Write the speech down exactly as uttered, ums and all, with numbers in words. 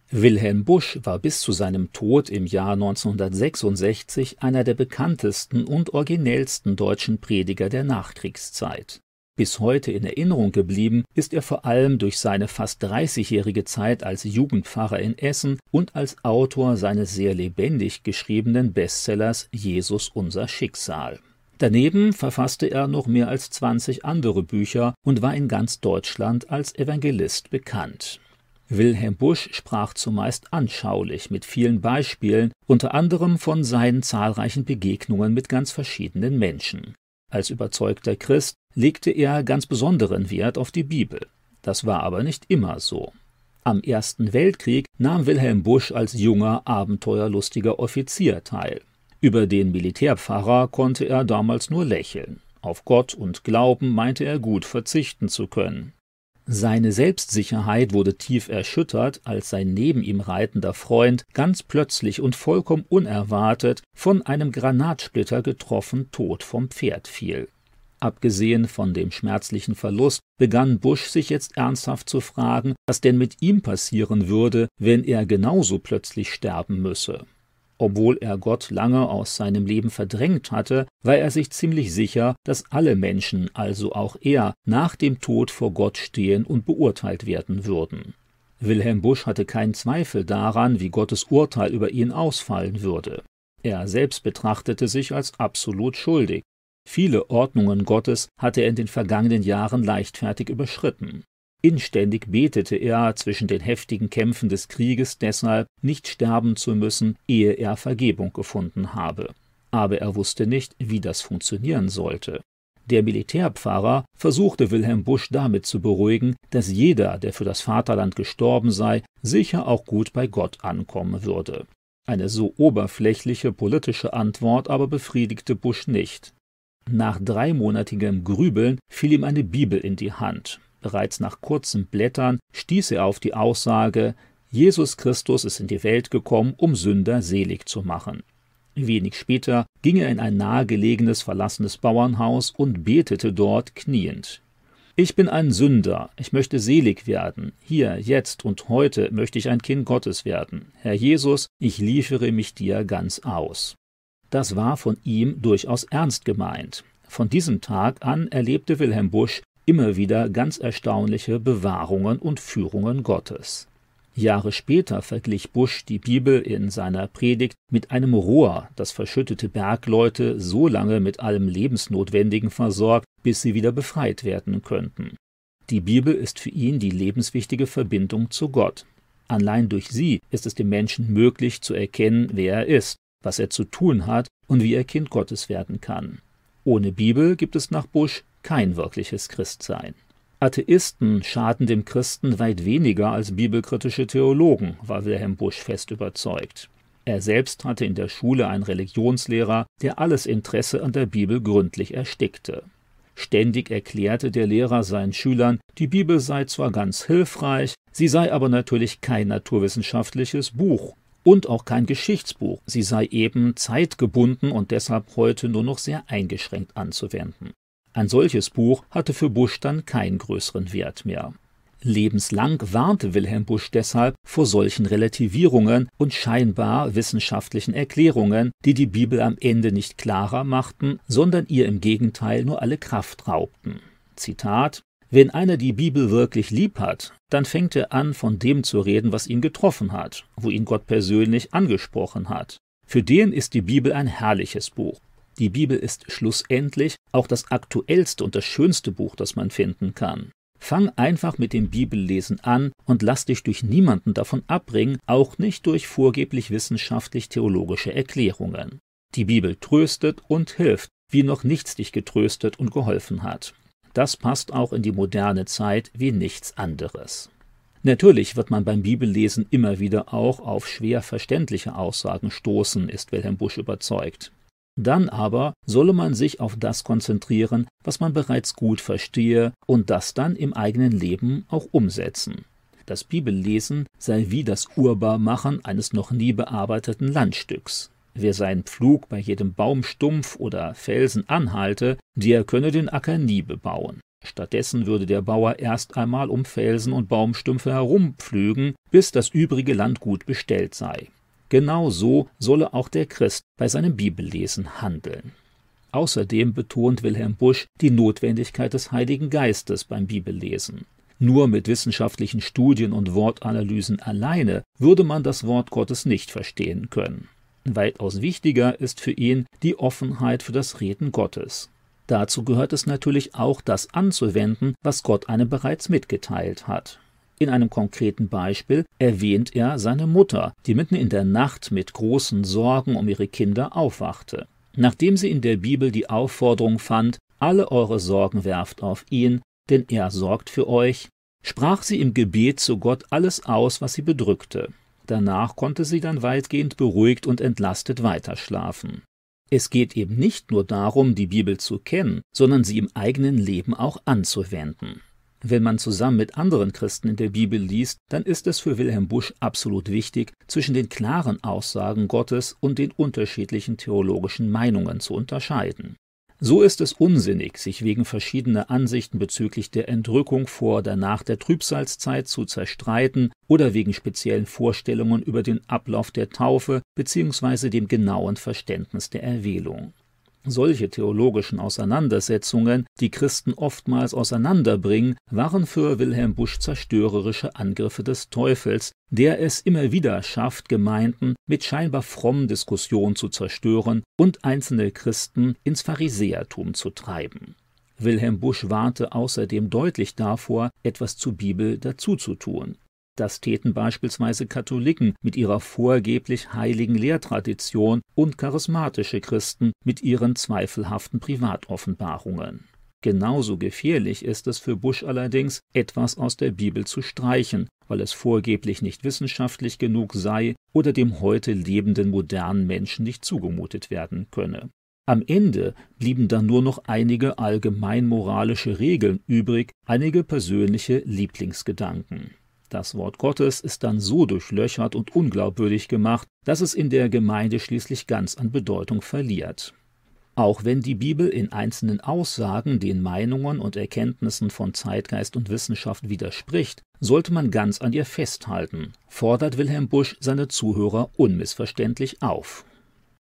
Wilhelm Busch war bis zu seinem Tod im Jahr neunzehnhundertsechsundsechzig einer der bekanntesten und originellsten deutschen Prediger der Nachkriegszeit. Bis heute in Erinnerung geblieben ist er vor allem durch seine fast dreißigjährige Zeit als Jugendpfarrer in Essen und als Autor seines sehr lebendig geschriebenen Bestsellers »Jesus, unser Schicksal«. Daneben verfasste er noch mehr als zwanzig andere Bücher und war in ganz Deutschland als Evangelist bekannt. Wilhelm Busch sprach zumeist anschaulich mit vielen Beispielen, unter anderem von seinen zahlreichen Begegnungen mit ganz verschiedenen Menschen. Als überzeugter Christ legte er ganz besonderen Wert auf die Bibel. Das war aber nicht immer so. Am Ersten Weltkrieg nahm Wilhelm Busch als junger, abenteuerlustiger Offizier teil. Über den Militärpfarrer konnte er damals nur lächeln. Auf Gott und Glauben meinte er gut verzichten zu können. Seine Selbstsicherheit wurde tief erschüttert, als sein neben ihm reitender Freund ganz plötzlich und vollkommen unerwartet von einem Granatsplitter getroffen tot vom Pferd fiel. Abgesehen von dem schmerzlichen Verlust begann Busch sich jetzt ernsthaft zu fragen, was denn mit ihm passieren würde, wenn er genauso plötzlich sterben müsse. Obwohl er Gott lange aus seinem Leben verdrängt hatte, war er sich ziemlich sicher, dass alle Menschen, also auch er, nach dem Tod vor Gott stehen und beurteilt werden würden. Wilhelm Busch hatte keinen Zweifel daran, wie Gottes Urteil über ihn ausfallen würde. Er selbst betrachtete sich als absolut schuldig. Viele Ordnungen Gottes hatte er in den vergangenen Jahren leichtfertig überschritten. Inständig betete er zwischen den heftigen Kämpfen des Krieges deshalb, nicht sterben zu müssen, ehe er Vergebung gefunden habe. Aber er wusste nicht, wie das funktionieren sollte. Der Militärpfarrer versuchte Wilhelm Busch damit zu beruhigen, dass jeder, der für das Vaterland gestorben sei, sicher auch gut bei Gott ankommen würde. Eine so oberflächliche politische Antwort aber befriedigte Busch nicht. Nach dreimonatigem Grübeln fiel ihm eine Bibel in die Hand. Bereits nach kurzem Blättern stieß er auf die Aussage, Jesus Christus ist in die Welt gekommen, um Sünder selig zu machen. Wenig später ging er in ein nahegelegenes verlassenes Bauernhaus und betete dort kniend. Ich bin ein Sünder, ich möchte selig werden. Hier, jetzt und heute möchte ich ein Kind Gottes werden. Herr Jesus, ich liefere mich dir ganz aus. Das war von ihm durchaus ernst gemeint. Von diesem Tag an erlebte Wilhelm Busch immer wieder ganz erstaunliche Bewahrungen und Führungen Gottes. Jahre später verglich Busch die Bibel in seiner Predigt mit einem Rohr, das verschüttete Bergleute so lange mit allem Lebensnotwendigen versorgt, bis sie wieder befreit werden könnten. Die Bibel ist für ihn die lebenswichtige Verbindung zu Gott. Allein durch sie ist es dem Menschen möglich zu erkennen, wer er ist, was er zu tun hat und wie er Kind Gottes werden kann. Ohne Bibel gibt es nach Busch kein wirkliches Christsein. Atheisten schaden dem Christen weit weniger als bibelkritische Theologen, war Wilhelm Busch fest überzeugt. Er selbst hatte in der Schule einen Religionslehrer, der alles Interesse an der Bibel gründlich erstickte. Ständig erklärte der Lehrer seinen Schülern, die Bibel sei zwar ganz hilfreich, sie sei aber natürlich kein naturwissenschaftliches Buch und auch kein Geschichtsbuch, sie sei eben zeitgebunden und deshalb heute nur noch sehr eingeschränkt anzuwenden. Ein solches Buch hatte für Busch dann keinen größeren Wert mehr. Lebenslang warnte Wilhelm Busch deshalb vor solchen Relativierungen und scheinbar wissenschaftlichen Erklärungen, die die Bibel am Ende nicht klarer machten, sondern ihr im Gegenteil nur alle Kraft raubten. Zitat: Wenn einer die Bibel wirklich lieb hat, dann fängt er an, von dem zu reden, was ihn getroffen hat, wo ihn Gott persönlich angesprochen hat. Für den ist die Bibel ein herrliches Buch. Die Bibel ist schlussendlich auch das aktuellste und das schönste Buch, das man finden kann. Fang einfach mit dem Bibellesen an und lass dich durch niemanden davon abbringen, auch nicht durch vorgeblich wissenschaftlich-theologische Erklärungen. Die Bibel tröstet und hilft, wie noch nichts dich getröstet und geholfen hat. Das passt auch in die moderne Zeit wie nichts anderes. Natürlich wird man beim Bibellesen immer wieder auch auf schwer verständliche Aussagen stoßen, ist Wilhelm Busch überzeugt. Dann aber solle man sich auf das konzentrieren, was man bereits gut verstehe, und das dann im eigenen Leben auch umsetzen. Das Bibellesen sei wie das Urbarmachen eines noch nie bearbeiteten Landstücks. Wer seinen Pflug bei jedem Baumstumpf oder Felsen anhalte, der könne den Acker nie bebauen. Stattdessen würde der Bauer erst einmal um Felsen und Baumstümpfe herumpflügen, bis das übrige Land gut bestellt sei. Genau so solle auch der Christ bei seinem Bibellesen handeln. Außerdem betont Wilhelm Busch die Notwendigkeit des Heiligen Geistes beim Bibellesen. Nur mit wissenschaftlichen Studien und Wortanalysen alleine würde man das Wort Gottes nicht verstehen können. Weitaus wichtiger ist für ihn die Offenheit für das Reden Gottes. Dazu gehört es natürlich auch, das anzuwenden, was Gott einem bereits mitgeteilt hat. In einem konkreten Beispiel erwähnt er seine Mutter, die mitten in der Nacht mit großen Sorgen um ihre Kinder aufwachte. Nachdem sie in der Bibel die Aufforderung fand, alle eure Sorgen werft auf ihn, denn er sorgt für euch, sprach sie im Gebet zu Gott alles aus, was sie bedrückte. Danach konnte sie dann weitgehend beruhigt und entlastet weiterschlafen. Es geht eben nicht nur darum, die Bibel zu kennen, sondern sie im eigenen Leben auch anzuwenden. Wenn man zusammen mit anderen Christen in der Bibel liest, dann ist es für Wilhelm Busch absolut wichtig, zwischen den klaren Aussagen Gottes und den unterschiedlichen theologischen Meinungen zu unterscheiden. So ist es unsinnig, sich wegen verschiedener Ansichten bezüglich der Entrückung vor oder nach der Trübsalzeit zu zerstreiten oder wegen speziellen Vorstellungen über den Ablauf der Taufe bzw. dem genauen Verständnis der Erwählung. Solche theologischen Auseinandersetzungen, die Christen oftmals auseinanderbringen, waren für Wilhelm Busch zerstörerische Angriffe des Teufels, der es immer wieder schafft, Gemeinden mit scheinbar frommen Diskussionen zu zerstören und einzelne Christen ins Pharisäertum zu treiben. Wilhelm Busch warnte außerdem deutlich davor, etwas zur Bibel dazuzutun. Das täten beispielsweise Katholiken mit ihrer vorgeblich heiligen Lehrtradition und charismatische Christen mit ihren zweifelhaften Privatoffenbarungen. Genauso gefährlich ist es für Busch allerdings, etwas aus der Bibel zu streichen, weil es vorgeblich nicht wissenschaftlich genug sei oder dem heute lebenden modernen Menschen nicht zugemutet werden könne. Am Ende blieben dann nur noch einige allgemeinmoralische Regeln übrig, einige persönliche Lieblingsgedanken. Das Wort Gottes ist dann so durchlöchert und unglaubwürdig gemacht, dass es in der Gemeinde schließlich ganz an Bedeutung verliert. Auch wenn die Bibel in einzelnen Aussagen den Meinungen und Erkenntnissen von Zeitgeist und Wissenschaft widerspricht, sollte man ganz an ihr festhalten, fordert Wilhelm Busch seine Zuhörer unmissverständlich auf.